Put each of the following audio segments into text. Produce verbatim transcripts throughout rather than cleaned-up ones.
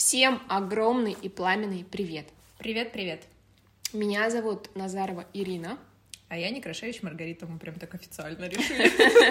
Всем огромный и пламенный привет! Привет-привет! Меня зовут Назарова Ирина. А я Некрашевич Маргарита, мы прям так официально решили.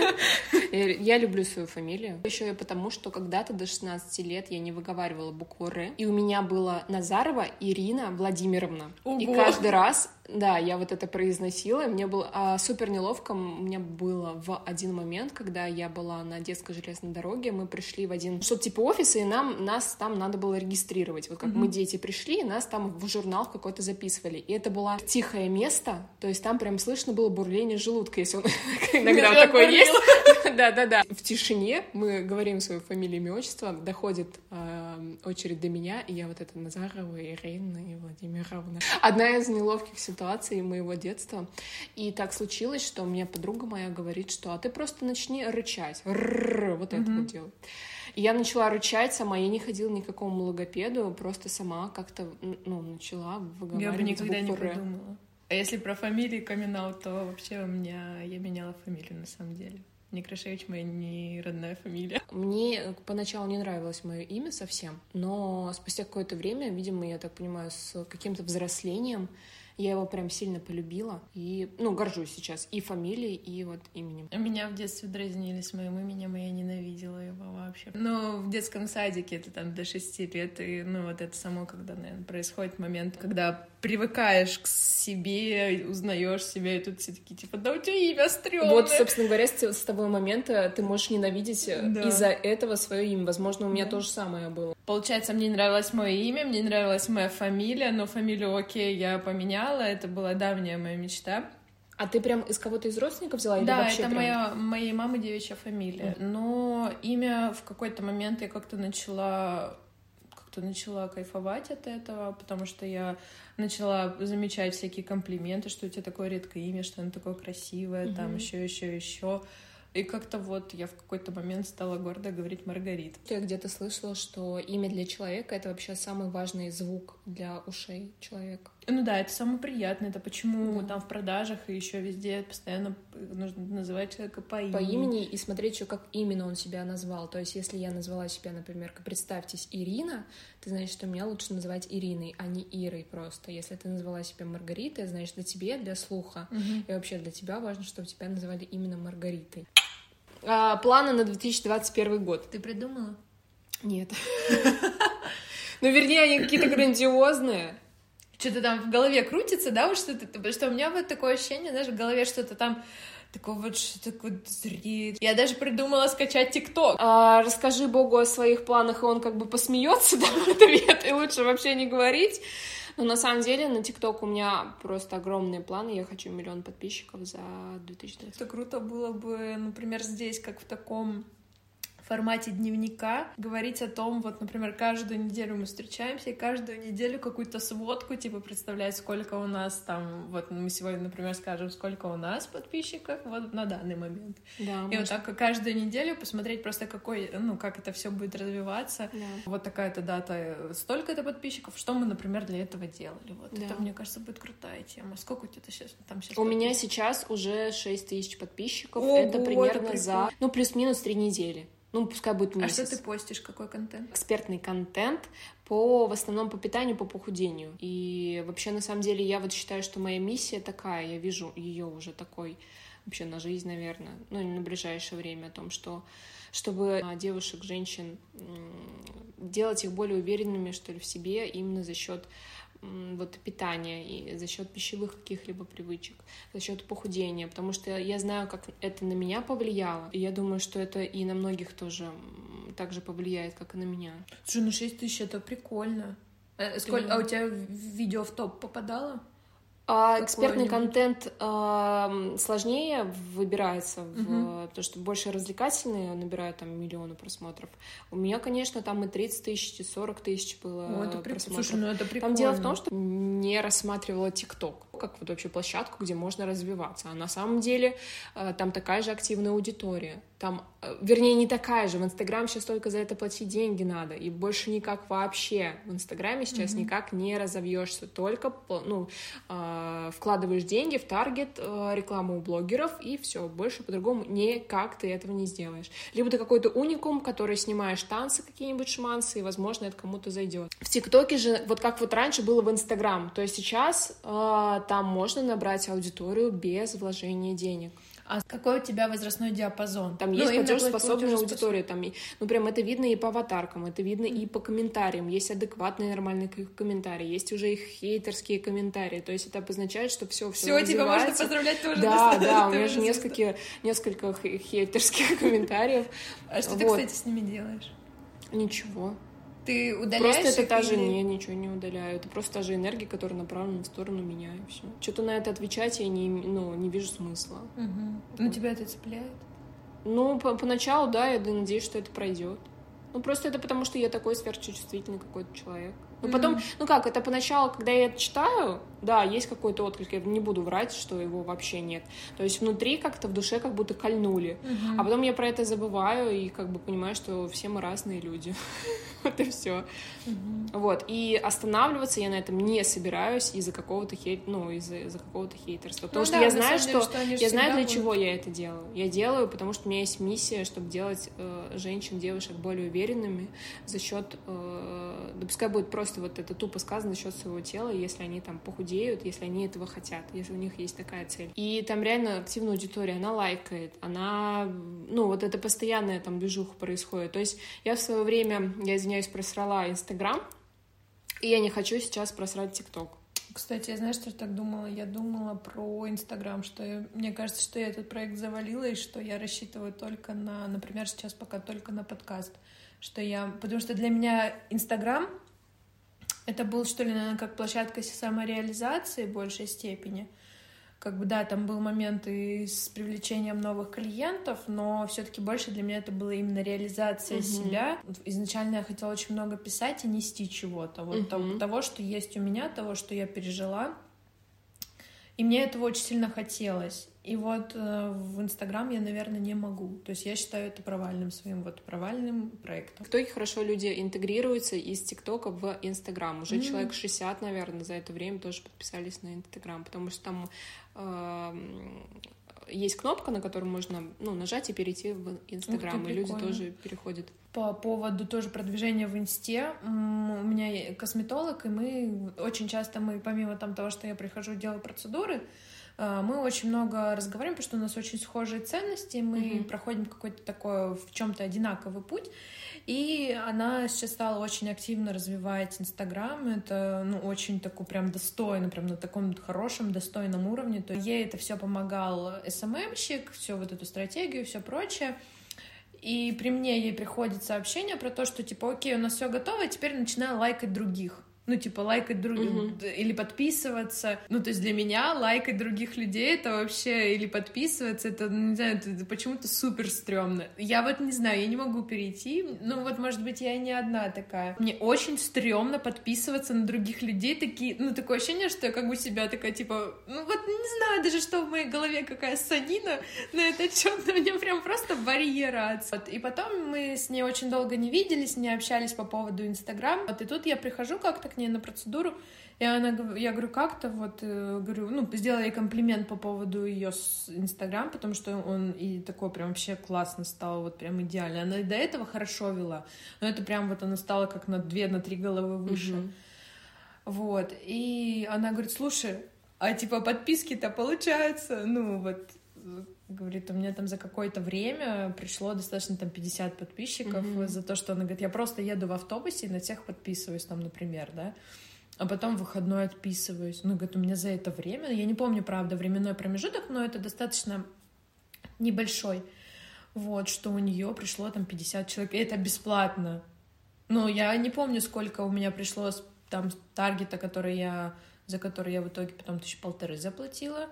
Я люблю свою фамилию. Еще и потому, что когда-то до шестнадцати лет я не выговаривала букву «Р». И у меня было Назарова Ирина Владимировна. Ого. И каждый раз, да, я вот это произносила, и мне было а, супер неловко. У меня было в один момент, когда я была на детской железной дороге, мы пришли в один, что-то типа офиса, и нам, нас там надо было регистрировать. Вот как mm-hmm. мы, дети, пришли, и нас там в журнал какой-то записывали. И это было тихое место, то есть там прям слышно было бурление желудка, если он иногда такое есть. Да-да-да. В тишине мы говорим свою фамилию, имя, отчество, доходит э, очередь до меня, и я вот это Назарова Ирина и Владимировна. Одна из неловких ситуаций моего детства. И так случилось, что у меня подруга моя говорит, что а ты просто начни рычать. Р-р-р, вот это вот делай. И я начала рычать сама, я не ходила ни к какому логопеду, просто сама как-то, ну, начала выговаривать. Я бы никогда не придумала. А если про фамилии камин-аут, то вообще у меня... Я меняла фамилию, на самом деле. Некрашевич — моя не родная фамилия. Мне поначалу не нравилось мое имя совсем, но спустя какое-то время, видимо, я так понимаю, с каким-то взрослением, я его прям сильно полюбила. И, ну, горжусь сейчас и фамилией, и вот именем. Меня в детстве дразнили с моим именем, и я ненавидела его вообще. Но в детском садике это там до шести лет, и, ну, вот это само, когда, наверное, происходит момент, когда привыкаешь к себе, узнаешь себя, и тут все такие, типа, да у тебя имя стрёмное. Вот, собственно говоря, с, с того момента ты можешь ненавидеть да. из-за этого свое имя. Возможно, у меня да. то же самое было. Получается, мне нравилось мое имя, мне нравилась моя фамилия, но фамилию, окей, я поменяла, это была давняя моя мечта. А ты прям из кого-то из родственников взяла? Или да, вообще это прям... моя, моей мамы девичья фамилия. Mm. Но имя в какой-то момент я как-то начала... как-то начала кайфовать от этого, потому что я начала замечать всякие комплименты, что у тебя такое редкое имя, что оно такое красивое, mm-hmm. там еще, еще, еще. И как-то вот я в какой-то момент стала гордо говорить Маргарита. Я где-то слышала, что имя для человека — это вообще самый важный звук для ушей человека. Ну да, это самое приятное. Это почему да. там в продажах и еще везде постоянно нужно называть человека по имени. По имени и смотреть еще, как именно он себя назвал. То есть если я назвала себя, например, представьтесь, Ирина, ты знаешь, что меня лучше называть Ириной, а не Ирой просто. Если ты назвала себя Маргаритой, значит, для тебя, для слуха, угу. и вообще для тебя важно, чтобы тебя называли именно Маргаритой. А, планы на две тысячи двадцать первый год. Ты придумала? Нет. Ну, вернее, они какие-то грандиозные. Что-то там в голове крутится, да, вот что-то, потому что у меня вот такое ощущение, знаешь, в голове что-то там такое вот, что-то вот зреет. Я даже придумала скачать ТикТок. А, расскажи Богу о своих планах, и он как бы посмеется, да, в ответ, и лучше вообще не говорить. Но на самом деле на ТикТок у меня просто огромные планы. Я хочу миллион подписчиков за две тысячи двадцать. Это круто было бы, например, здесь, как в таком формате дневника, говорить о том, вот, например, каждую неделю мы встречаемся, и каждую неделю какую-то сводку, типа, представлять, сколько у нас там, вот, мы сегодня, например, скажем, сколько у нас подписчиков, вот, на данный момент. Да, и может... вот так каждую неделю посмотреть просто, какой, ну, как это все будет развиваться. Да. Вот такая-то дата, столько-то подписчиков, что мы, например, для этого делали. Вот, да. это, мне кажется, будет крутая тема. Сколько у тебя сейчас там сейчас? У меня сейчас уже шесть тысяч подписчиков. Ого, это примерно это за, ну, плюс-минус три недели. Ну, пускай будет месяц. А что ты постишь? Какой контент? Экспертный контент по, в основном, по питанию, по похудению. И вообще, на самом деле, я вот считаю, что моя миссия такая, я вижу ее уже такой вообще на жизнь, наверное, ну, и на ближайшее время, о том, что чтобы девушек, женщин делать их более уверенными, что ли, в себе именно за счет вот питания и за счет пищевых каких-либо привычек, за счет похудения, потому что я знаю, как это на меня повлияло, и я думаю, что это и на многих тоже так же повлияет, как и на меня. Слушай, ну шесть тысяч — это прикольно. А, сколь... а у тебя видео в топ попадало? А экспертный контент э, сложнее выбирается, в, uh-huh. потому что больше развлекательные набирают там миллионы просмотров. У меня, конечно, там и тридцать тысяч, и сорок тысяч было О, это просмотров. Слушай, ну это прикольно. Там дело в том, что не рассматривала ТикТок. как вот вообще площадку, где можно развиваться. А на самом деле там такая же активная аудитория. Там, вернее, не такая же. В Инстаграм сейчас только за это платить деньги надо. И больше никак вообще в Инстаграме сейчас mm-hmm. никак не разовьешься. Только ну, вкладываешь деньги в таргет, рекламу у блогеров, и все. Больше по-другому никак ты этого не сделаешь. Либо ты какой-то уникум, который снимаешь танцы какие-нибудь шманцы, и, возможно, это кому-то зайдет. В ТикТоке же, вот как вот раньше было в Инстаграм, то есть сейчас э, там можно набрать аудиторию без вложения денег. А какой у тебя возрастной диапазон? Там есть ну, платежеспособная аудитория, там, ну, прям это видно и по аватаркам, это видно mm-hmm. и по комментариям, есть адекватные нормальные комментарии, есть уже их хейтерские комментарии, то есть это обозначает, что все, все Все, тебя можно поздравлять тоже. Да, да, у меня же несколько, несколько хейтерских комментариев. А что ты, кстати, с ними делаешь? Ничего. Ты удаляешь Просто это их та или... же, не, ничего не удаляю. Это просто та же энергия, которая направлена в сторону меня, и все. Что-то на это отвечать я не, ну, не вижу смысла. Угу. Ну, тебя это цепляет? Ну, по- поначалу, да, я надеюсь, что это пройдет. Ну, просто это потому, что я такой сверхчувствительный какой-то человек. Но mm-hmm. потом, ну как, это поначалу, когда я это читаю, да, есть какой-то отклик, я не буду врать, что его вообще нет. То есть внутри как-то в душе как будто кольнули. Mm-hmm. А потом я про это забываю и как бы понимаю, что все мы разные люди. Вот и все. Mm-hmm. Вот. И останавливаться я на этом не собираюсь из-за какого-то хейт, ну, из-за, из-за какого-то хейтерства. Потому ну, что да, я знаю, деле, что, что я знаю, для будут... чего я это делаю. Я делаю, потому что у меня есть миссия, чтобы делать э, женщин, девушек более уверенными за счет, э, да пускай будет просто вот это тупо сказано, за счет своего тела, если они там похудеют, если они этого хотят, если у них есть такая цель. И там реально активная аудитория, она лайкает, она, ну, вот это постоянная там движуха происходит. То есть я в свое время, я извиняюсь, просрала Инстаграм, и я не хочу сейчас просрать ТикТок. Кстати, я знаешь, что я так думала? Я думала про Инстаграм, что я, мне кажется, что я этот проект завалила, и что я рассчитываю только на, например, сейчас пока только на подкаст. Что я, потому что для меня Инстаграм это был, что ли, наверное, как площадка самореализации в большей степени. Как бы, да, там был момент и с привлечением новых клиентов, но все-таки больше для меня это было именно реализация uh-huh. себя. Изначально я хотела очень много писать и нести чего-то. Вот uh-huh. того, того, что есть у меня, того, что я пережила. И мне этого очень сильно хотелось. И вот э, в Инстаграм я, наверное, не могу. То есть я считаю это провальным своим вот провальным проектом. В ТикТоке хорошо люди интегрируются из ТикТока в Инстаграм. Уже mm. человек шестьдесят, наверное, за это время тоже подписались на Инстаграм, потому что там э, есть кнопка, на которую можно ну, нажать и перейти в Инстаграм, и люди тоже переходят. По поводу тоже продвижения в Инсте, у меня косметолог, и мы очень часто, мы помимо там, того, что я прихожу, делаю процедуры, мы очень много разговариваем, потому что у нас очень схожие ценности, мы mm-hmm. проходим какой-то такой в чем-то одинаковый путь, и она сейчас стала очень активно развивать Инстаграм, это ну, очень такой прям достойно, прям на таком хорошем, достойном уровне, то ей это все помогал эс эм эм-щик, все вот эту стратегию, все прочее. И при мне ей приходит сообщение про то, что, типа, окей, у нас все готово, теперь начинаю лайкать других. Ну, типа, лайкать других uh-huh. или подписываться. Ну, то есть для меня лайкать других людей — это вообще... Или подписываться, это, не знаю, это почему-то супер стрёмно. Я вот не знаю, я не могу перейти. Ну, вот, может быть, я и не одна такая. Мне очень стрёмно подписываться на других людей. Такие, ну, такое ощущение, что я как бы себя такая, типа... Ну, вот не знаю даже, что в моей голове какая ссанина на этот счёт. У меня прям просто барьер. Вот. И потом мы с ней очень долго не виделись, не общались по поводу Инстаграм. Вот и тут я прихожу как-то к ней на процедуру, и она, я говорю, как-то вот, говорю, ну, сделала ей комплимент по поводу ее Инстаграм, потому что он и такой прям вообще классно стал, вот прям идеально. Она и до этого хорошо вела, но это прям вот она стала как на две, на три головы выше. Mm-hmm. Вот, и она говорит, слушай, а типа подписки-то получаются, ну, вот, говорит, у меня там за какое-то время пришло достаточно там пятьдесят подписчиков mm-hmm. за то, что она говорит, я просто еду в автобусе и на всех подписываюсь там, например, да, а потом в выходной отписываюсь. Ну, говорит, у меня за это время, я не помню, правда, временной промежуток, но это достаточно небольшой, вот, что у нее пришло там пятьдесят человек, и это бесплатно. Ну, я не помню, сколько у меня пришло там таргета, который я, за который я в итоге потом тысячи полторы заплатила.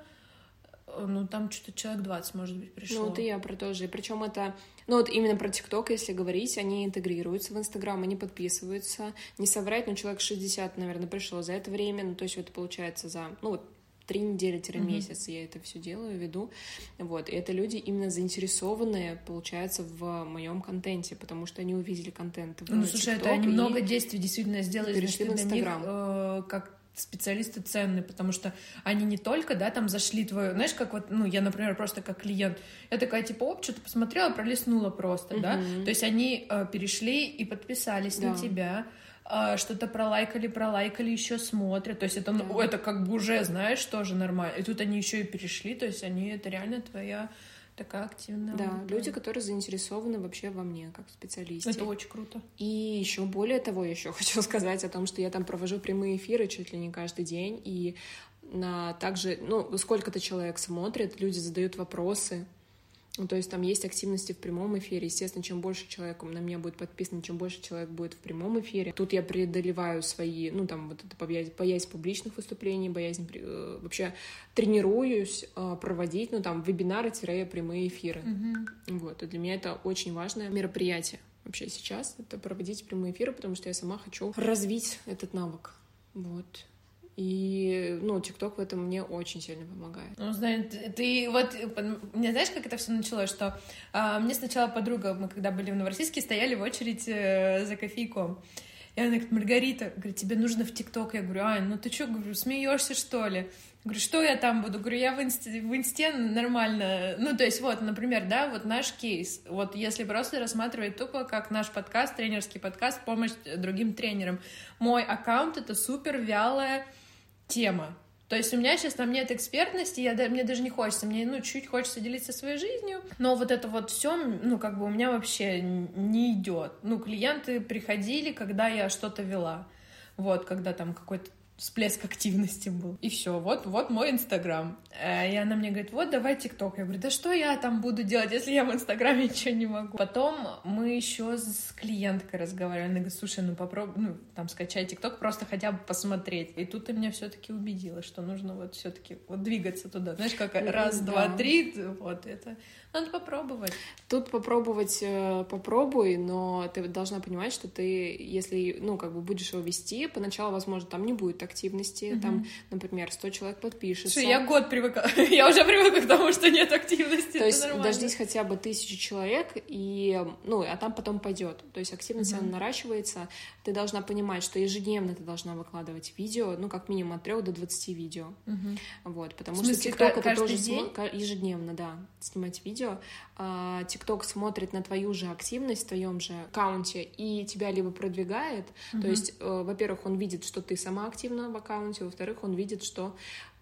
Ну, там что-то человек двадцать, может быть, пришло. Ну, вот и я про то же. Причем это... Ну, вот именно про ТикТок, если говорить, они интегрируются в Инстаграм, они подписываются. Не соврать, но человек шестьдесят, наверное, пришло за это время. Ну, то есть вот получается за... Ну, вот три недели-месяц mm-hmm. я это все делаю, веду. Вот. И это люди именно заинтересованные, получается, в моем контенте, потому что они увидели контент в Ну, слушай, это они много действий действительно сделали, перешли что в для них э, как специалисты ценны, потому что они не только, да, там зашли твою, знаешь, как вот, ну, я, например, просто как клиент, я такая, типа, оп, что-то посмотрела, пролистнула просто, mm-hmm. да, то есть они э, перешли и подписались да. на тебя, э, что-то пролайкали, пролайкали, еще смотрят, то есть это, ну, это как бы уже, знаешь, тоже нормально, и тут они еще и перешли, то есть они, это реально твоя такая активная. Да, аудитория. Люди, которые заинтересованы вообще во мне, как в специалисте. Это очень круто. И еще более того, я еще хочу сказать о том, что я там провожу прямые эфиры чуть ли не каждый день, и на также, ну, сколько-то человек смотрит, люди задают вопросы. Ну, то есть там есть активности в прямом эфире. Естественно, чем больше человек на меня будет подписан, чем больше человек будет в прямом эфире. Тут я преодолеваю свои, ну, там, вот это боязнь, боязнь публичных выступлений, боязнь э, вообще тренируюсь э, проводить, ну, там, вебинары-прямые эфиры. Mm-hmm. Вот. И для меня это очень важное мероприятие вообще сейчас. Это проводить прямые эфиры, потому что я сама хочу развить этот навык. Вот. И, ну, ТикТок в этом мне очень сильно помогает. Ну, знаешь, ты, ты вот, мне знаешь, как это все началось, что а, мне сначала подруга, мы когда были в Новороссийске, стояли в очередь э, за кофейком. И она говорит, Маргарита, говорит, тебе нужно в ТикТок. Я говорю, Ань, ну ты что, говорю, смеешься, что ли? Говорю, что я там буду? Говорю, я в инсте, в инсте нормально. Ну, то есть, вот, например, да, вот наш кейс. Вот если просто рассматривать тупо как наш подкаст, тренерский подкаст, помощь другим тренерам. Мой аккаунт — это супер вялая тема. То есть у меня сейчас там нет экспертности, я, мне даже не хочется, мне, ну, чуть хочется делиться своей жизнью, но вот это вот все, ну, как бы у меня вообще не идет. Ну, клиенты приходили, когда я что-то вела, вот, когда там какой-то всплеск активности был. И все, вот, вот мой Инстаграм. И она мне говорит, вот, давай ТикТок. Я говорю, да что я там буду делать, если я в Инстаграме ничего не могу. Потом мы еще с клиенткой разговаривали. Она говорит, слушай, ну попробуй, ну, там, скачай ТикТок, просто хотя бы посмотреть. И тут ты меня все-таки убедила, что нужно вот все-таки вот двигаться туда. Знаешь, как раз, да. два, три, вот это... Надо попробовать. Тут попробовать э, попробуй, но ты должна понимать, что ты, если, ну, как бы будешь его вести, поначалу, возможно, там не будет активности, mm-hmm. там, например, сто человек подпишется. Что, я год привыкла, я уже привыкла к тому, что нет активности. То есть дождись хотя бы тысячи человек, и, ну, а там потом пойдет. То есть активность, mm-hmm. она наращивается, ты должна понимать, что ежедневно ты должна выкладывать видео, ну, как минимум от трех до двадцати видео. Mm-hmm. Вот, потому что ТикТок это тоже день? См... ежедневно, да, снимать видео. ТикТок смотрит на твою же активность в твоем же аккаунте и тебя либо продвигает, mm-hmm. то есть, э, во-первых, он видит, что ты сама активна в аккаунте, во-вторых, он видит, что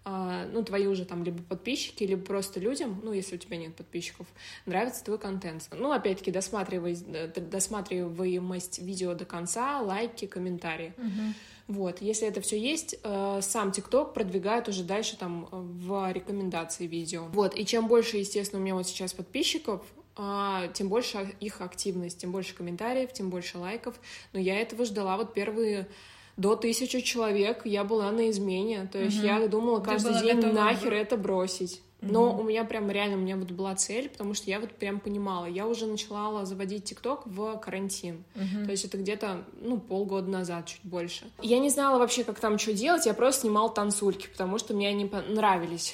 э, ну, твои уже там либо подписчики, либо просто людям, ну, если у тебя нет подписчиков, нравится твой контент. Ну, опять-таки, досматривай, досматриваемость видео до конца, лайки, комментарии. Mm-hmm. Вот, если это все есть, э, сам ТикТок продвигает уже дальше там в рекомендации видео. Вот, и чем больше, естественно, у меня вот сейчас подписчиков, э, тем больше их активность, тем больше комментариев, тем больше лайков. Но я этого ждала вот первые до тысячи человек, я была на измене. То есть угу. я думала каждый день нахер это бросить. Но mm-hmm. у меня прям реально, у меня вот была цель, потому что я вот прям понимала, я уже начала заводить ТикТок в карантин, mm-hmm. то есть это где-то, ну, полгода назад, чуть больше. Я не знала вообще, как там что делать, я просто снимала танцульки, потому что мне они нравились.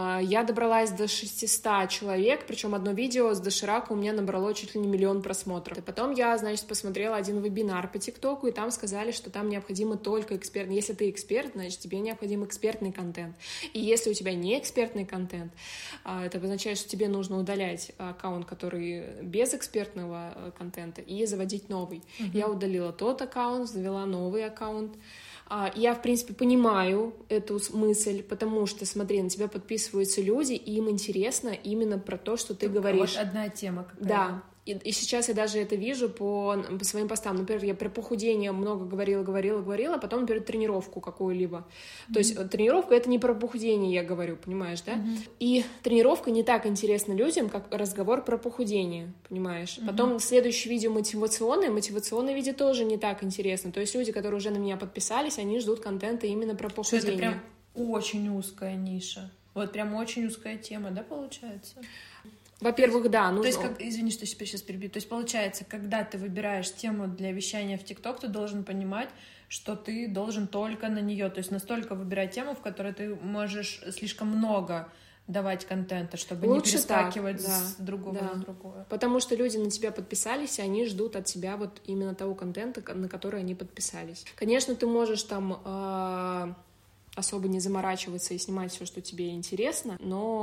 Я добралась до шестисот человек, причем одно видео с доширака у меня набрало чуть ли не миллион просмотров. И потом я, значит, посмотрела один вебинар по ТикТоку, и там сказали, что там необходимо только эксперт. Если ты эксперт, значит, тебе необходим экспертный контент. И если у тебя не экспертный контент, это означает, что тебе нужно удалять аккаунт, который без экспертного контента, и заводить новый. Mm-hmm. Я удалила тот аккаунт, завела новый аккаунт. Я, в принципе, понимаю эту мысль, потому что, смотри, на тебя подписываются люди, и им интересно именно про то, что ты Только говоришь. Вот одна тема какая-то. Да. И, и сейчас я даже это вижу по, по своим постам. Например, я про похудение много говорила, говорила, говорила, а потом, например, тренировку какую-либо. Mm-hmm. То есть тренировка — это не про похудение, я говорю, понимаешь, да? Mm-hmm. И тренировка не так интересна людям, как разговор про похудение, понимаешь? Mm-hmm. Потом следующее видео мотивационное, мотивационное видео тоже не так интересно. То есть люди, которые уже на меня подписались, они ждут контента именно про похудение. Что это прям очень узкая ниша. Вот прям очень узкая тема, да, получается? Во-первых, да, нужно... То есть, как, извини, что сейчас перебью. То есть, получается, когда ты выбираешь тему для вещания в ТикТок, ты должен понимать, что ты должен только на нее, то есть настолько выбирать тему, в которой ты можешь слишком много давать контента, чтобы Лучше не перескакивать так, да, с другого да. на другое. Потому что люди на тебя подписались, и они ждут от тебя вот именно того контента, на который они подписались. Конечно, ты можешь там э, особо не заморачиваться и снимать все, что тебе интересно,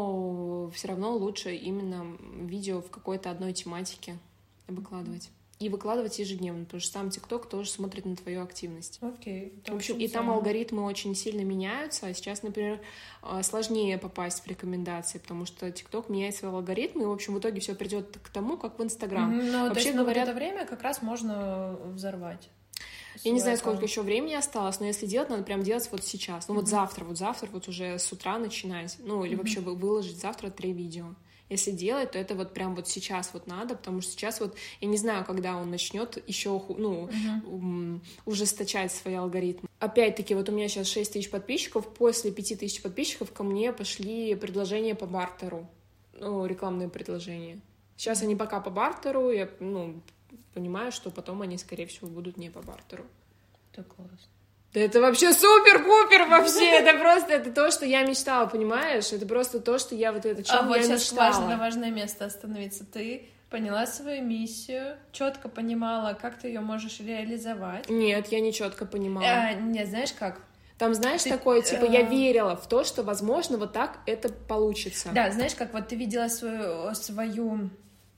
но все равно лучше именно видео в какой-то одной тематике выкладывать. И выкладывать ежедневно, потому что сам ТикТок тоже смотрит на твою активность. Окей. Okay, в общем, и там алгоритмы очень сильно меняются, а сейчас, например, сложнее попасть в рекомендации, потому что ТикТок меняет свои алгоритмы, и, в общем, в итоге все придет к тому, как в Инстаграм. Mm-hmm. Ну, вообще, говорят... в это время как раз можно взорвать. Я не знаю, сколько еще времени осталось, но если делать, надо прям делать вот сейчас. Ну, mm-hmm. вот завтра, вот завтра, вот уже с утра начинать. Ну, или mm-hmm. вообще выложить завтра три видео. Если делать, то это вот прям вот сейчас вот надо, потому что сейчас вот, я не знаю, когда он начнет еще, ну, uh-huh. ужесточать свои алгоритмы. Опять-таки, вот у меня сейчас шесть тысяч подписчиков, после пяти тысяч подписчиков ко мне пошли предложения по бартеру, ну, рекламные предложения. Сейчас они пока по бартеру, я, ну, понимаю, что потом они, скорее всего, будут не по бартеру. Это классно. Да это вообще супер-пупер вообще, это просто, это то, что я мечтала, понимаешь? Это просто то, что я вот это, чем а я вот сейчас мечтала. важно, важное место остановиться. Ты поняла свою миссию, четко понимала, как ты ее можешь реализовать. Нет, я не четко понимала. А, нет, знаешь как? Там, знаешь, ты, такое, типа, я верила в то, что, возможно, вот так это получится. Да, знаешь, как вот ты видела свою, свою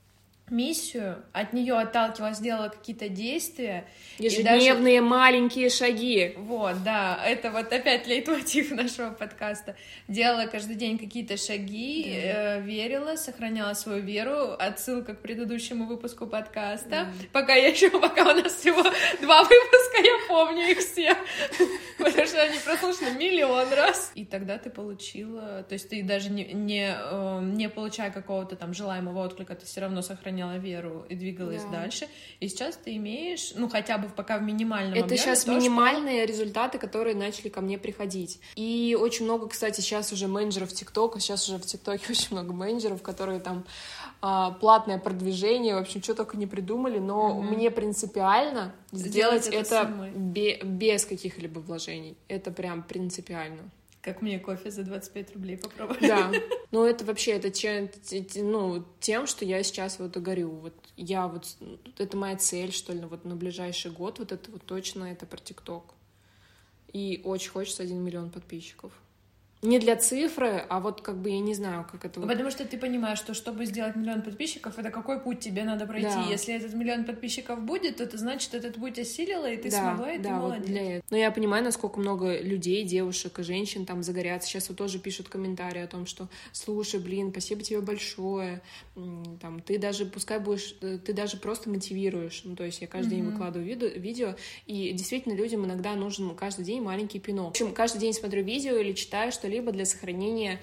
миссию, от нее отталкивалась, делала какие-то действия. Ежедневные даже... маленькие шаги. Вот, да, это вот опять лейтмотив нашего подкаста. Делала каждый день какие-то шаги, да. э, верила, сохраняла свою веру. Отсылка к предыдущему выпуску подкаста. Да. Пока я еще, пока у нас всего два выпуска, я помню их все. Потому что они прослушаны миллион раз. И тогда ты получила, то есть ты даже не, не, не получая какого-то там желаемого отклика, ты все равно сохраняла веру и двигалась да. дальше. И сейчас ты имеешь, ну, хотя бы пока в минимальном Это объеме, сейчас то, минимальные что... результаты, которые начали ко мне приходить. И очень много, кстати, сейчас уже менеджеров ТикТока, сейчас уже в ТикТоке очень много менеджеров, которые там а, платное продвижение, в общем, что только не придумали, но угу. мне принципиально сделать, сделать это, это бе- без каких-либо вложений. Это прям принципиально. Как мне кофе за двадцать пять рублей попробовать. Да, но это вообще, это чем, ну, тем, что я сейчас вот горю. Вот я вот, это моя цель, что ли, вот на ближайший год, вот это вот точно, это про ТикТок. И очень хочется один миллион подписчиков. Не для цифры, а вот как бы я не знаю, как это... Потому что ты понимаешь, что чтобы сделать миллион подписчиков, это какой путь тебе надо пройти. Да. Если этот миллион подписчиков будет, то это значит, этот путь осилила, и ты да, смогла, и да, ты молодец. Вот для этого. Но я понимаю, насколько много людей, девушек и женщин там загорятся. Сейчас вот тоже пишут комментарии о том, что слушай, блин, спасибо тебе большое. Там, ты даже, пускай будешь, ты даже просто мотивируешь. Ну, то есть я каждый mm-hmm. день выкладываю видео, видео, и действительно людям иногда нужен каждый день маленький пинок. В общем, каждый день смотрю видео или читаю что-либо для сохранения,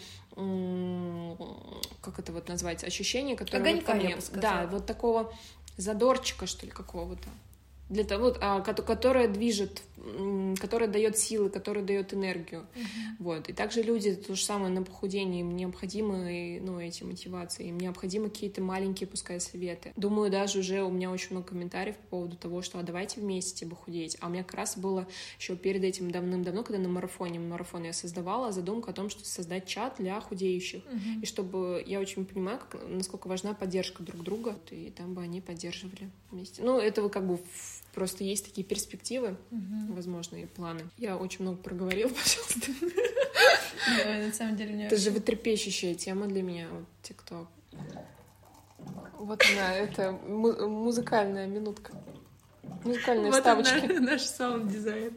как это вот назвать, ощущения, которые огонька, вот ко мне, я бы сказала. Да, вот такого задорчика, что ли, какого-то, для того, которая движет, которая дает силы, которая дает энергию, uh-huh. вот. И также люди, то же самое на похудении, им необходимы, ну, эти мотивации, им необходимы какие-то маленькие, пускай, советы. Думаю, даже уже у меня очень много комментариев по поводу того, что а давайте вместе похудеть. А у меня как раз было еще перед этим давным-давно, когда на марафоне, марафон я создавала, задумка о том, что создать чат для худеющих, uh-huh. и чтобы, я очень понимаю, как, насколько важна поддержка друг друга, и там бы они поддерживали вместе. Ну, это как бы просто есть такие перспективы, uh-huh. возможные планы. Я очень много проговорила, пожалуйста. На самом деле мне... Это животрепещущая тема для меня, вот ТикТок. Вот она, это музыкальная минутка. Музыкальная вставочка. Вот наш саунд-дизайн.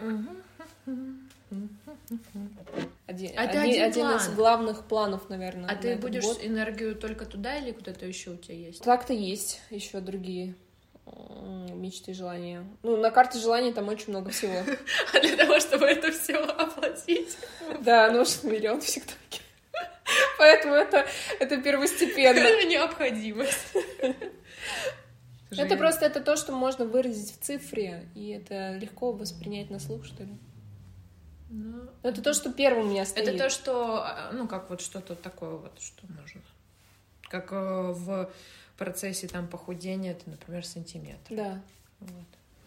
Один, а один, один, один из главных планов, наверное. А ты будешь год. Энергию только туда или куда-то еще у тебя есть? Так-то есть еще другие мечты и желания. Ну, на карте желаний там очень много всего. А для того, чтобы это все оплатить? Да, нужен миллион в ТикТоке. Поэтому это, это первостепенно. Это необходимость. Это просто это то, что можно выразить в цифре, и это легко воспринять на слух, что ли. Ну, это то, что первым у меня стоит. Это то, что, ну, как вот что-то такое вот, что можно. как в процессе там похудения, это, например, сантиметр. Да. Вот.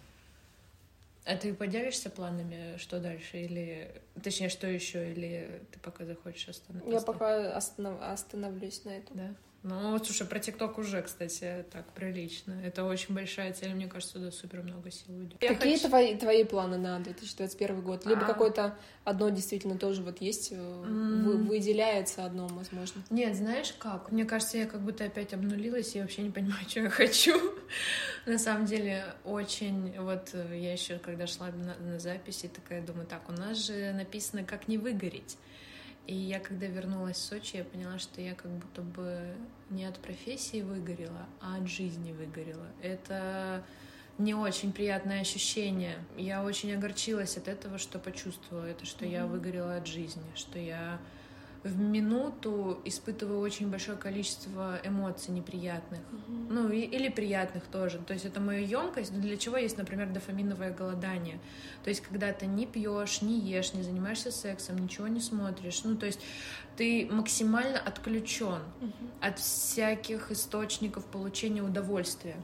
А ты поделишься планами, что дальше? Или, точнее, что еще? Или ты пока захочешь остановиться? Я пока останов... остановлюсь на этом. Да? Ну, слушай, про ТикТок уже, кстати, так прилично. Это очень большая цель, мне кажется, туда супер много сил уйдет. Какие хочу... твои, твои планы на две тысячи двадцать первый год? Либо а... какое-то одно действительно тоже вот есть, mm. вы, выделяется одно, возможно? Нет, знаешь как? Мне кажется, я как будто опять обнулилась, и вообще не понимаю, что я хочу. На самом деле, очень... Вот я еще, когда шла на, на записи, такая думаю, так, у нас же написано «Как не выгореть». И я, когда вернулась в Сочи, я поняла, что я как будто бы не от профессии выгорела, а от жизни выгорела. Это не очень приятное ощущение. Я очень огорчилась от этого, что почувствовала. Это что mm-hmm. я выгорела от жизни, что я в минуту испытываю очень большое количество эмоций неприятных. Mm-hmm. Ну, и, или приятных тоже. То есть это моя емкость, для чего есть, например, дофаминовое голодание. То есть когда ты не пьешь, не ешь, не занимаешься сексом, ничего не смотришь. Ну, то есть ты максимально отключен mm-hmm. от всяких источников получения удовольствия.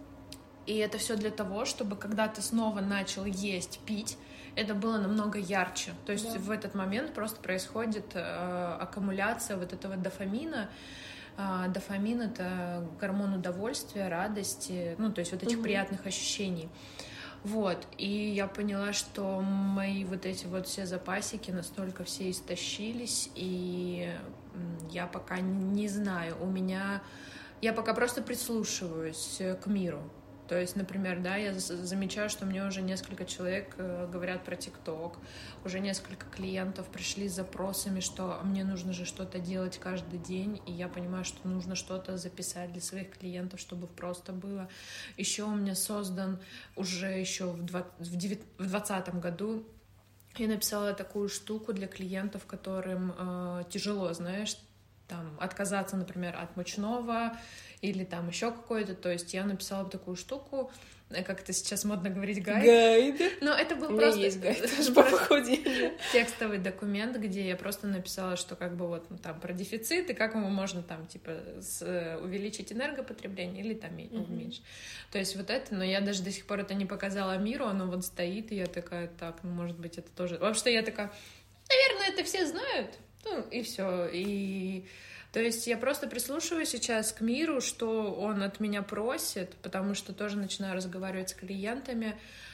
И это все для того, чтобы когда ты снова начал есть, пить, это было намного ярче. То есть да. в этот момент просто происходит э, аккумуляция вот этого дофамина. Э, дофамин — это гормон удовольствия, радости, ну, то есть вот этих угу. приятных ощущений. Вот. И я поняла, что мои вот эти вот все запасики настолько все истощились, и я пока не знаю, у меня... Я пока просто прислушиваюсь к миру. То есть, например, да, я замечаю, что мне уже несколько человек говорят про ТикТок, уже несколько клиентов пришли с запросами, что мне нужно же что-то делать каждый день, и я понимаю, что нужно что-то записать для своих клиентов, чтобы просто было. Еще у меня создан уже еще в двадцатом году я написала такую штуку для клиентов, которым э, тяжело, знаешь, там отказаться, например, от мучного или там еще какой-то, то есть я написала такую штуку, как это сейчас модно говорить, гайд. Гайд. Но это был У меня просто... есть гайд тоже по похудению. Текстовый документ, где я просто написала, что как бы вот ну, там про дефицит и как ему можно там типа с, увеличить энергопотребление или там уменьшить. Mm-hmm. То есть вот это, но я даже до сих пор это не показала миру, оно вот стоит, и я такая, так, ну может быть это тоже... Вообще я такая, наверное, это все знают, ну и все, и... То есть я просто прислушиваюсь сейчас к миру, что он от меня просит, потому что тоже начинаю разговаривать с клиентами,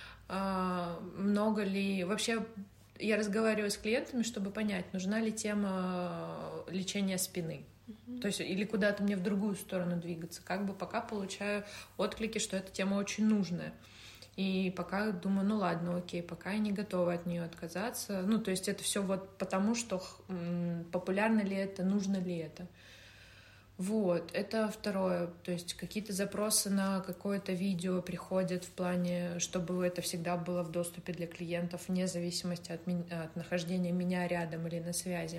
много ли... Вообще я разговариваю с клиентами, чтобы понять, нужна ли тема лечения спины. Mm-hmm. То есть или куда-то мне в другую сторону двигаться. Как бы пока получаю отклики, что эта тема очень нужная. И пока думаю, ну ладно, окей, пока я не готова от нее отказаться. Ну, то есть это все вот потому, что м, популярно ли это, нужно ли это. Вот, это второе. То есть какие-то запросы на какое-то видео приходят в плане, чтобы это всегда было в доступе для клиентов, вне зависимости от, ми- от нахождения меня рядом или на связи.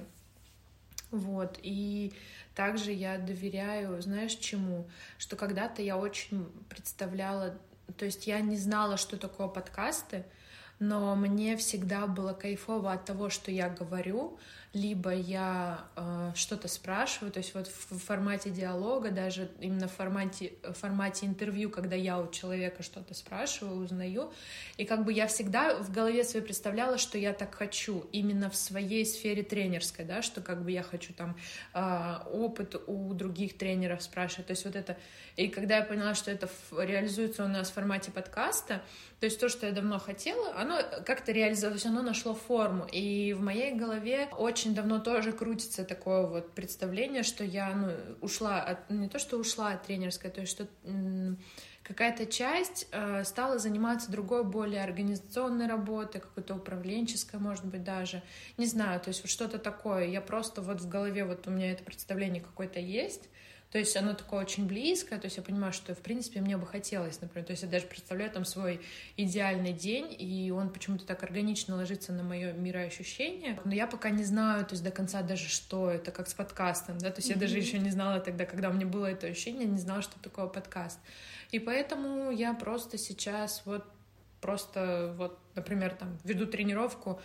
Вот, и также я доверяю, знаешь, чему? Что когда-то я очень представляла... То есть я не знала, что такое подкасты, но мне всегда было кайфово от того, что я говорю, либо я э, что-то спрашиваю, то есть вот в, в формате диалога, даже именно в формате, в формате интервью, когда я у человека что-то спрашиваю, узнаю, и как бы я всегда в голове своей представляла, что я так хочу, именно в своей сфере тренерской, да, что как бы я хочу там э, опыт у других тренеров спрашивать, то есть вот это, и когда я поняла, что это реализуется у нас в формате подкаста, то есть то, что я давно хотела, оно как-то реализовалось, оно нашло форму, и в моей голове очень давно тоже крутится такое вот представление, что я, ну, ушла от, не то, что ушла от тренерской, то есть что м- какая-то часть э, стала заниматься другой, более организационной работой, какой-то управленческой, может быть, даже, не знаю, то есть вот что-то такое, я просто вот в голове, вот у меня это представление какое-то есть. То есть оно такое очень близкое, то есть я понимаю, что, в принципе, мне бы хотелось, например, то есть я даже представляю там свой идеальный день, и он почему-то так органично ложится на мое мироощущение, но я пока не знаю, то есть до конца даже, что это, как с подкастом, да, то есть mm-hmm. я даже еще не знала тогда, когда у меня было это ощущение, не знала, что такое подкаст, и поэтому я просто сейчас вот, просто вот, например, там, веду тренировку,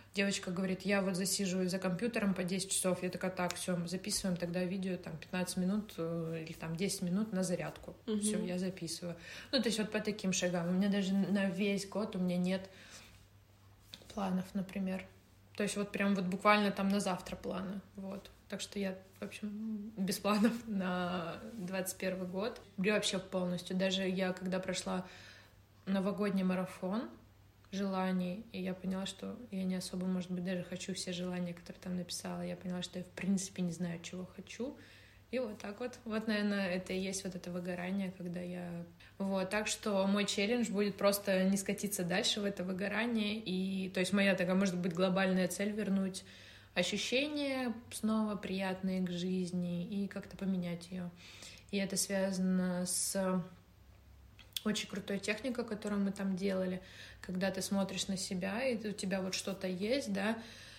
девочка говорит, я вот засиживаю за компьютером по десять часов, я такая, так, все, мы записываем тогда видео, там, пятнадцать минут или там десять минут на зарядку, угу. Все, я записываю. Ну, то есть вот по таким шагам. У меня даже на весь год у меня нет планов, например. То есть вот прям вот буквально там на завтра планы, вот. Так что я, в общем, без планов на двадцать первый год. И вообще полностью. Даже я, когда прошла новогодний марафон желаний, и я поняла, что я не особо, может быть, даже хочу все желания, которые там написала. Я поняла, что я, в принципе, не знаю, чего хочу. И вот так вот. Вот, наверное, это и есть вот это выгорание, когда я... Вот, так что мой челлендж будет просто не скатиться дальше в это выгорание. И, то есть, моя такая, может быть, глобальная цель — вернуть ощущения снова приятные к жизни и как-то поменять ее. И это связано с очень крутой техникой, которую мы там делали, когда ты смотришь на себя, и у тебя вот что-то есть, да,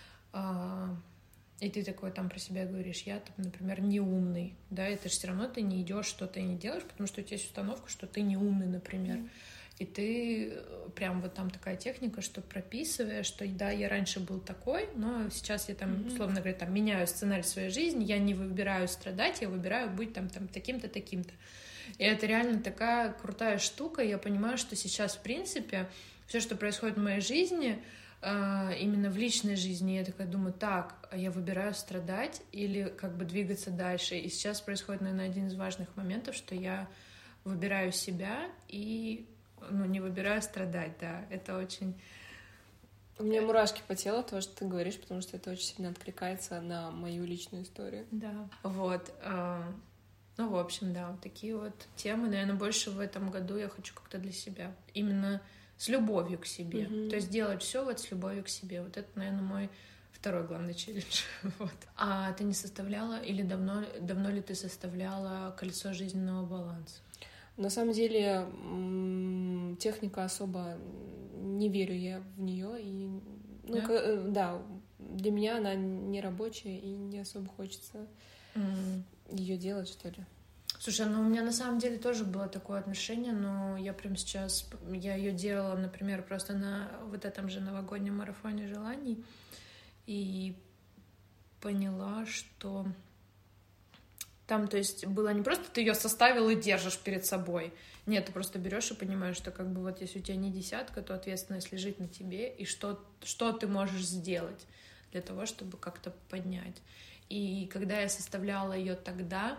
и ты такой там про себя говоришь, я, там, например, не умный, да, это же все равно ты не идешь, что-то и не делаешь, потому что у тебя есть установка, что ты не умный, например. Mm. И ты прям вот там такая техника, что прописываешь, что да, я раньше был такой, но сейчас я там, mm-hmm. условно говоря, там меняю сценарий своей жизни, я не выбираю страдать, я выбираю быть там, там таким-то, таким-то. И это реально такая крутая штука. Я понимаю, что сейчас, в принципе, все, что происходит в моей жизни, именно в личной жизни, я такая думаю, так, я выбираю страдать или как бы двигаться дальше. И сейчас происходит, наверное, один из важных моментов, что я выбираю себя и, ну, не выбираю страдать, да, это очень... У меня мурашки по телу, то, что ты говоришь, потому что это очень сильно откликается на мою личную историю. Да, вот. Ну, в общем, да, вот такие вот темы. Наверное, больше в этом году я хочу как-то для себя. Именно с любовью к себе. Mm-hmm. То есть делать все вот с любовью к себе. Вот это, наверное, мой второй главный челлендж. Вот. А ты не составляла или давно, давно ли ты составляла колесо жизненного баланса? На самом деле техника особо не верю я в нее. И, ну, да? К, да, для меня она не рабочая и не особо хочется mm. ее делать, что ли. Слушай, ну у меня на самом деле тоже было такое отношение, но я прям сейчас, я ее делала, например, просто на вот этом же новогоднем марафоне желаний и поняла, что там, то есть, было не просто ты ее составил и держишь перед собой, нет, ты просто берешь и понимаешь, что как бы вот если у тебя не десятка, то ответственность лежит на тебе, и что, что ты можешь сделать для того, чтобы как-то поднять. И когда я составляла ее тогда,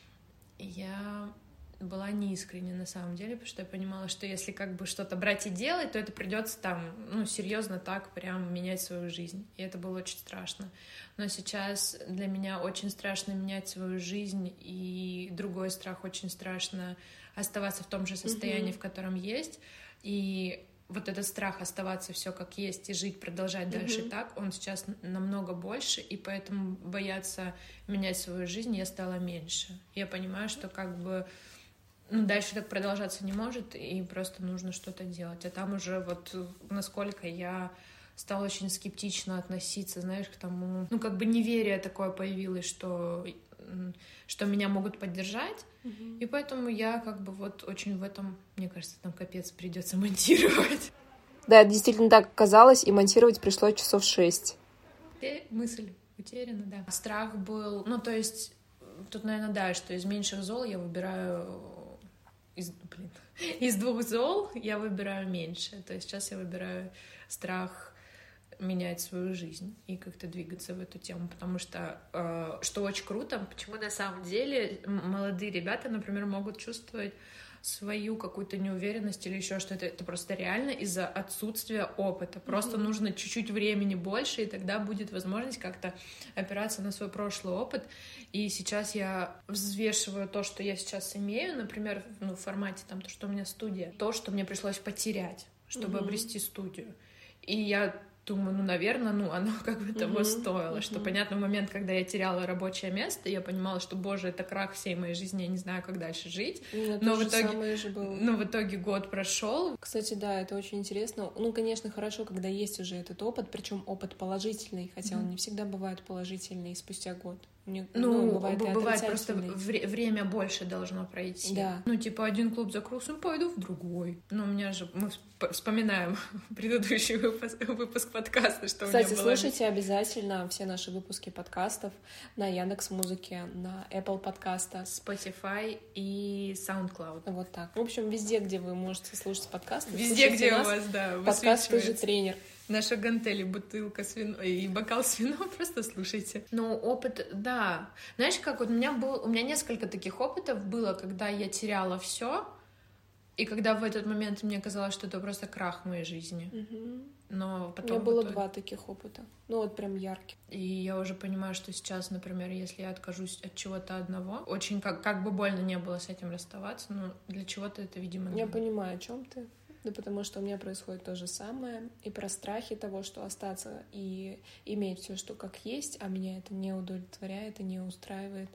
я была неискренне на самом деле, потому что я понимала, что если как бы что-то брать и делать, то это придется там, ну, серьезно так прям менять свою жизнь. И это было очень страшно. Но сейчас для меня очень страшно менять свою жизнь, и другой страх — очень страшно оставаться в том же состоянии, mm-hmm. в котором есть. И вот этот страх оставаться все как есть и жить, продолжать mm-hmm. дальше так, он сейчас намного больше, и поэтому бояться менять свою жизнь я стала меньше. Я понимаю, что как бы ну, дальше так продолжаться не может, и просто нужно что-то делать. А там уже вот насколько я стала очень скептично относиться, знаешь, к тому... Ну, как бы неверие такое появилось, что, что меня могут поддержать, mm-hmm. и поэтому я как бы вот очень в этом, мне кажется, там капец придется монтировать. Да, действительно так казалось, и монтировать пришлось часов шесть. И мысль утеряна, да. Страх был... Ну, то есть, тут, наверное, да, что из меньших зол я выбираю... Из, блин, из двух зол я выбираю меньше. То есть сейчас я выбираю страх менять свою жизнь и как-то двигаться в эту тему, потому что, э, что очень круто, почему на самом деле молодые ребята, например, могут чувствовать свою какую-то неуверенность или еще что-то, это просто реально из-за отсутствия опыта. Просто mm-hmm. нужно чуть-чуть времени больше, и тогда будет возможность как-то опираться на свой прошлый опыт. И сейчас я взвешиваю то, что я сейчас имею, например, ну, в формате там, то, что у меня студия, то, что мне пришлось потерять, чтобы mm-hmm. обрести студию. И я думаю, ну, наверное, ну, оно как бы того uh-huh, стоило, uh-huh. что, понятно, в момент, когда я теряла рабочее место, я понимала, что, боже, это крах всей моей жизни, я не знаю, как дальше жить, ну, но в итоге, же было. но в итоге год прошел. Кстати, да, это очень интересно. Ну, конечно, хорошо, когда есть уже этот опыт, причем опыт положительный, хотя uh-huh. он не всегда бывает положительный спустя год. Не, ну, ну, бывает, бывает просто вре- время больше должно пройти. Да. Ну, типа, один клуб закрылся, ну, пойду в другой. Ну, у меня же... Мы вспоминаем предыдущий выпуск, выпуск подкаста, что Кстати, у меня было... слушайте обязательно все наши выпуски подкастов на Яндекс.Музыке, на Apple подкаста, Spotify и SoundCloud. Вот так. В общем, везде, где вы можете слушать подкасты. Везде, где у вас, да, подкаст «Ты же тренер». Наша гантели, бутылка с вином и бокал с вином, просто слушайте. Ну, опыт, да. Знаешь, как вот у меня был, у меня несколько таких опытов было, когда я теряла все, и когда в этот момент мне казалось, что это просто крах моей жизни. Угу. Но потом... У меня было итоге... два таких опыта. Ну, вот прям ярких. И я уже понимаю, что сейчас, например, если я откажусь от чего-то одного, очень как, как бы больно не было с этим расставаться, но для чего-то это, видимо, Я надо. понимаю, о чем ты. Да потому что у меня происходит то же самое. И про страхи того, что остаться и иметь все, что как есть, а меня это не удовлетворяет и не устраивает.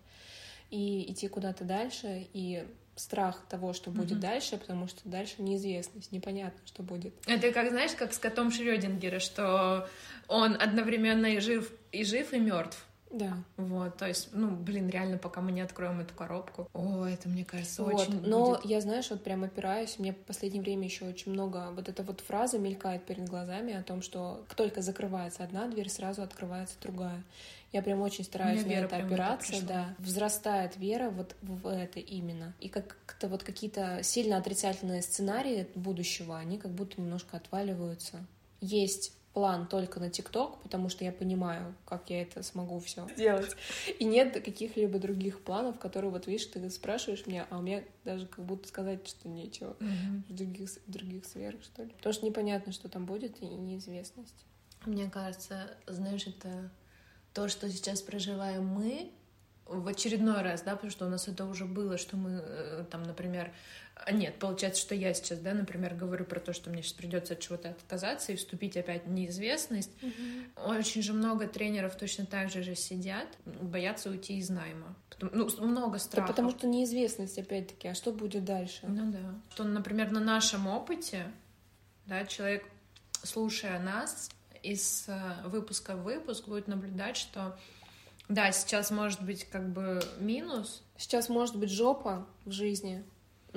И идти куда-то дальше, и страх того, что будет mm-hmm. дальше, потому что дальше неизвестность, непонятно, что будет. Это как, знаешь, как с котом Шрёдингера, что он одновременно и жив, и жив, и мертв. Да. Вот, то есть, ну, блин, реально, пока мы не откроем эту коробку. О, это, мне кажется, вот. очень Но будет... я, знаешь, вот прям опираюсь, у меня в последнее время еще очень много... Вот эта вот фраза мелькает перед глазами о том, что как только закрывается одна дверь, сразу открывается другая. Я прям очень стараюсь на это опираться, да. Взрастает вера вот в это именно. И как-то вот какие-то сильно отрицательные сценарии будущего, они как будто немножко отваливаются. Есть план только на ТикТок, потому что я понимаю, как я это смогу все сделать. И нет каких-либо других планов, которые, вот видишь, ты спрашиваешь меня, а у меня даже как будто сказать, что нечего mm-hmm. в других, в других сферах, что ли. Потому что непонятно, что там будет, и неизвестность. Мне кажется, знаешь, это то, что сейчас проживаем мы, в очередной раз, да, потому что у нас это уже было, что мы там, например, нет, получается, что я сейчас, да, например, говорю про то, что мне сейчас придется от чего-то отказаться и вступить опять в неизвестность. Mm-hmm. Очень же много тренеров точно так же же сидят, боятся уйти из найма. Ну, много страхов. Да, потому что неизвестность, опять-таки, а что будет дальше? Ну да. Что, например, на нашем опыте, да, человек, слушая нас, из выпуска в выпуск будет наблюдать, что да, сейчас может быть как бы минус. Сейчас может быть жопа в жизни,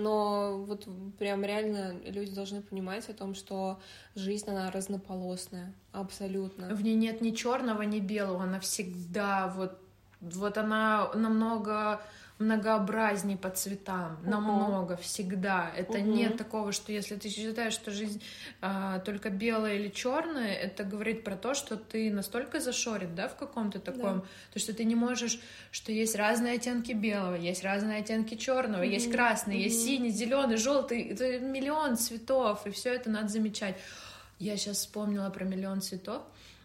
но вот прям реально люди должны понимать о том, что жизнь, она разнополосная, абсолютно. В ней нет ни черного, ни белого, она всегда вот, вот она намного многообразней по цветам, uh-huh. намного, всегда. Это uh-huh. нет такого, что если ты считаешь, что жизнь а, только белая или черная, это говорит про то, что ты настолько зашорен, да, в каком-то таком, да. то, что ты не можешь, что есть разные оттенки белого, есть разные оттенки черного, uh-huh. есть красный, uh-huh. есть синий, зеленый, желтый, это миллион цветов, и все это надо замечать. Я сейчас вспомнила про миллион цветов.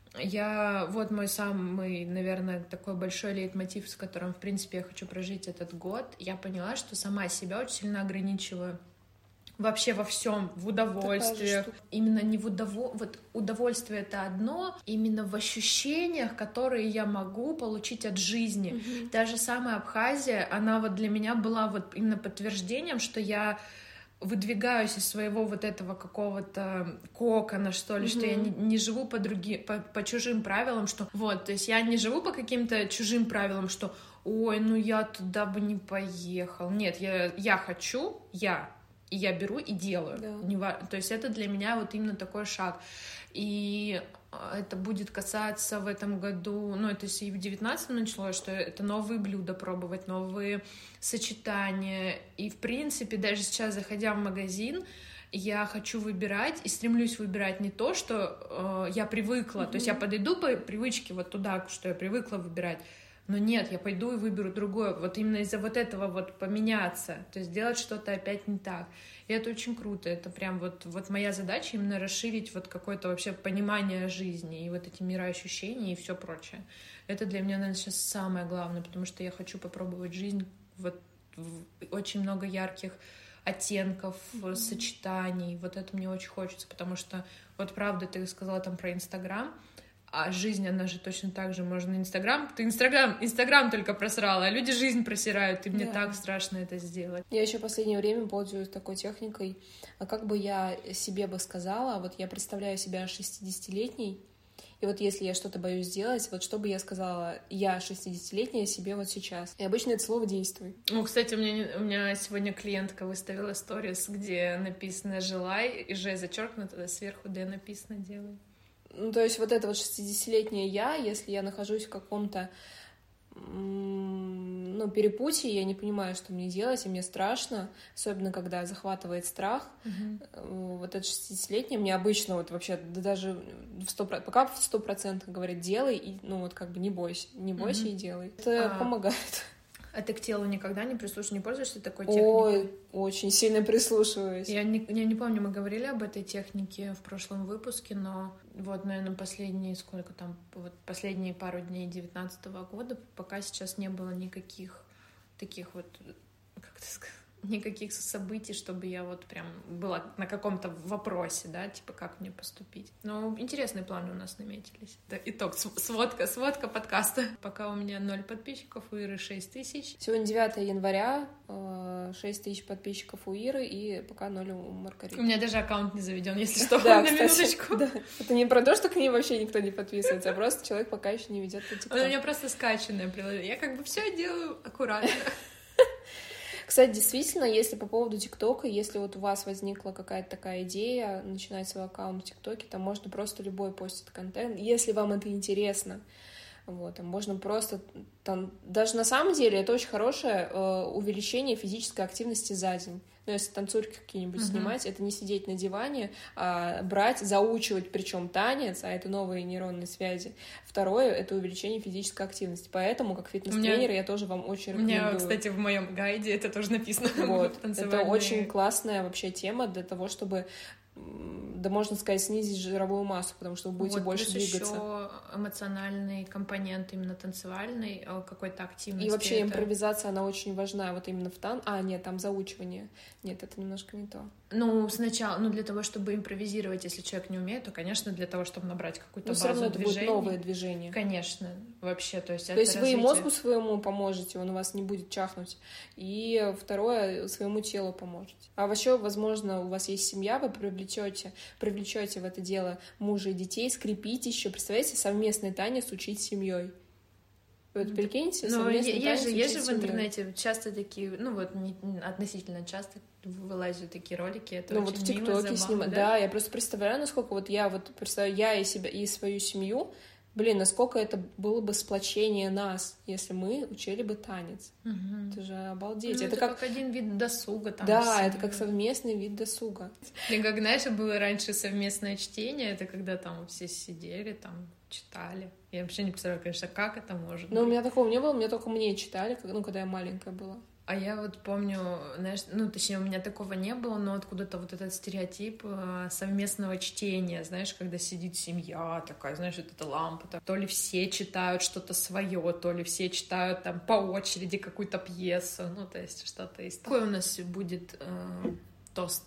Я, вот мой самый, наверное, такой большой лейтмотив, с которым, в принципе, я хочу прожить этот год. Я поняла, что сама себя очень сильно ограничиваю вообще во всем, в удовольствиях. Именно не в удово... вот удовольствие — это одно, именно в ощущениях, которые я могу получить от жизни. Mm-hmm. Та же самая Абхазия, она вот для меня была вот именно подтверждением, что я выдвигаюсь из своего вот этого какого-то кокона, что ли, mm-hmm. что я не, не живу по другим, по, по чужим правилам, что вот, то есть я не живу по каким-то чужим правилам, что ой, ну я туда бы не поехал. Нет, я, я хочу, я, и я беру и делаю. Yeah. Не, то есть это для меня вот именно такой шаг. И это будет касаться в этом году, ну, это и в девятнадцатом началось, что это новые блюда пробовать, новые сочетания. И, в принципе, даже сейчас, заходя в магазин, я хочу выбирать и стремлюсь выбирать не то, что э, я привыкла. Mm-hmm. То есть я подойду по привычке вот туда, что я привыкла выбирать. Но нет, я пойду и выберу другое. Вот именно из-за вот этого вот поменяться. То есть сделать что-то опять не так. И это очень круто. Это прям вот, вот моя задача именно расширить вот какое-то вообще понимание жизни и вот эти мироощущения и все прочее. Это для меня, наверное, сейчас самое главное, потому что я хочу попробовать жизнь вот в очень много ярких оттенков, mm-hmm. сочетаний. Вот это мне очень хочется, потому что вот правда ты сказала там про Инстаграм, а жизнь, она же точно так же, можно Инстаграм, ты Инстаграм, Инстаграм только просрала, а люди жизнь просирают, и мне yeah. так страшно это сделать. Я еще в последнее время пользуюсь такой техникой, а как бы я себе бы сказала, вот я представляю себя шестидесятилетней, И вот если я что-то боюсь сделать, вот что бы я сказала, я шестидесятилетняя себе вот сейчас. И обычно это слово «действуй». Ну, кстати, у меня, у меня сегодня клиентка выставила сторис, где написано «желай», и «ж» зачеркнуто, сверху «д» написано «делай». Ну, то есть вот это вот шестидесятилетняя я, если я нахожусь в каком-то ну, перепутье, я не понимаю, что мне делать, и мне страшно, особенно когда захватывает страх. Uh-huh. Вот это шестидесятилетняя мне обычно вот вообще да даже в сто, пока в сто процентов говорит «делай», и, ну вот как бы не бойся, не бойся uh-huh. и делай. Это а... помогает. А ты к телу никогда не прислушиваешься, не пользуешься такой техникой? Ой, очень сильно прислушиваюсь. Я не, я не помню, мы говорили об этой технике в прошлом выпуске, но вот, наверное, последние, сколько там, вот последние пару дней девятнадцатого года, пока сейчас не было никаких таких вот, как это сказать, никаких событий, чтобы я вот прям была на каком-то вопросе, да, типа, как мне поступить. Но интересные планы у нас наметились. Это итог, сводка, сводка подкаста. Пока у меня ноль подписчиков, у Иры шесть тысяч. Сегодня девятое января, шесть тысяч подписчиков у Иры и пока ноль у Маргариты. У меня даже аккаунт не заведен, если что, на минуточку. Это не про то, что к ней вообще никто не подписывается, а просто человек пока еще не ведет по ТикТоку. У меня просто скачанное приложение. Я как бы все делаю аккуратно. Кстати, действительно, если по поводу ТикТока, если вот у вас возникла какая-то такая идея начинать свой аккаунт в ТикТоке, там можно просто любой постить контент, если вам это интересно. Вот, там можно просто... Там, даже на самом деле это очень хорошее э, увеличение физической активности за день. Но если танцульки какие-нибудь uh-huh. снимать, это не сидеть на диване, а брать, заучивать, причем танец, а это новые нейронные связи. Второе — это увеличение физической активности. Поэтому, как фитнес-тренер, меня... я тоже вам очень рекомендую. У меня, кстати, в моем гайде это тоже написано. Вот. Это очень классная вообще тема для того, чтобы... да, можно сказать, снизить жировую массу, потому что вы будете вот, больше плюс двигаться. Еще эмоциональный компонент именно танцевальный, какой-то активности. И вообще это... импровизация, она очень важна, вот именно в тан... А, нет, там заучивание. Нет, это немножко не то. Ну, сначала, ну, для того, чтобы импровизировать, если человек не умеет, то, конечно, для того, чтобы набрать какую-то Но базу все равно это движений. будет новое движение. Конечно, вообще, то есть То это есть развитие... вы и мозгу своему поможете, он у вас не будет чахнуть, и второе, своему телу поможете. А вообще, возможно, у вас есть семья, вы привлечете, привлечете в это дело мужа и детей, скрепите еще, представляете, совместный танец учить семьей. Вот прикиньте, но совместный я, танец же, учить я же в семьей. интернете часто такие, ну вот не, относительно часто вылазят такие ролики, это ну очень вот в мило, ТикТоке забавно, снимают, да? да, я просто представляю, насколько вот я вот представляю, я и себя, и свою семью, блин, насколько это было бы сплочение нас, если мы учили бы танец. Угу. Это же обалдеть. Ну, это, это как... как один вид досуга. Там да, это как совместный вид досуга. Блин, как, знаешь, было раньше совместное чтение, это когда там все сидели, там читали. Я вообще не представляю, конечно, как это может Но быть. у меня такого не было, у меня только мне читали, ну, когда я маленькая была. А я вот помню, знаешь, ну, точнее, у меня такого не было, но откуда-то вот этот стереотип совместного чтения, знаешь, когда сидит семья такая, знаешь, вот эта лампа, так, то ли все читают что-то свое, то ли все читают там по очереди какую-то пьесу, ну, то есть что-то из такого. Какой у нас будет э, тост?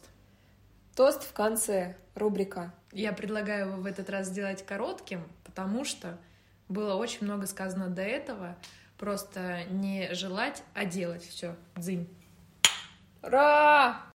Тост в конце, рубрика. Я предлагаю его в этот раз сделать коротким, потому что было очень много сказано до этого. Просто не желать, а делать. Все, дзынь. Ура!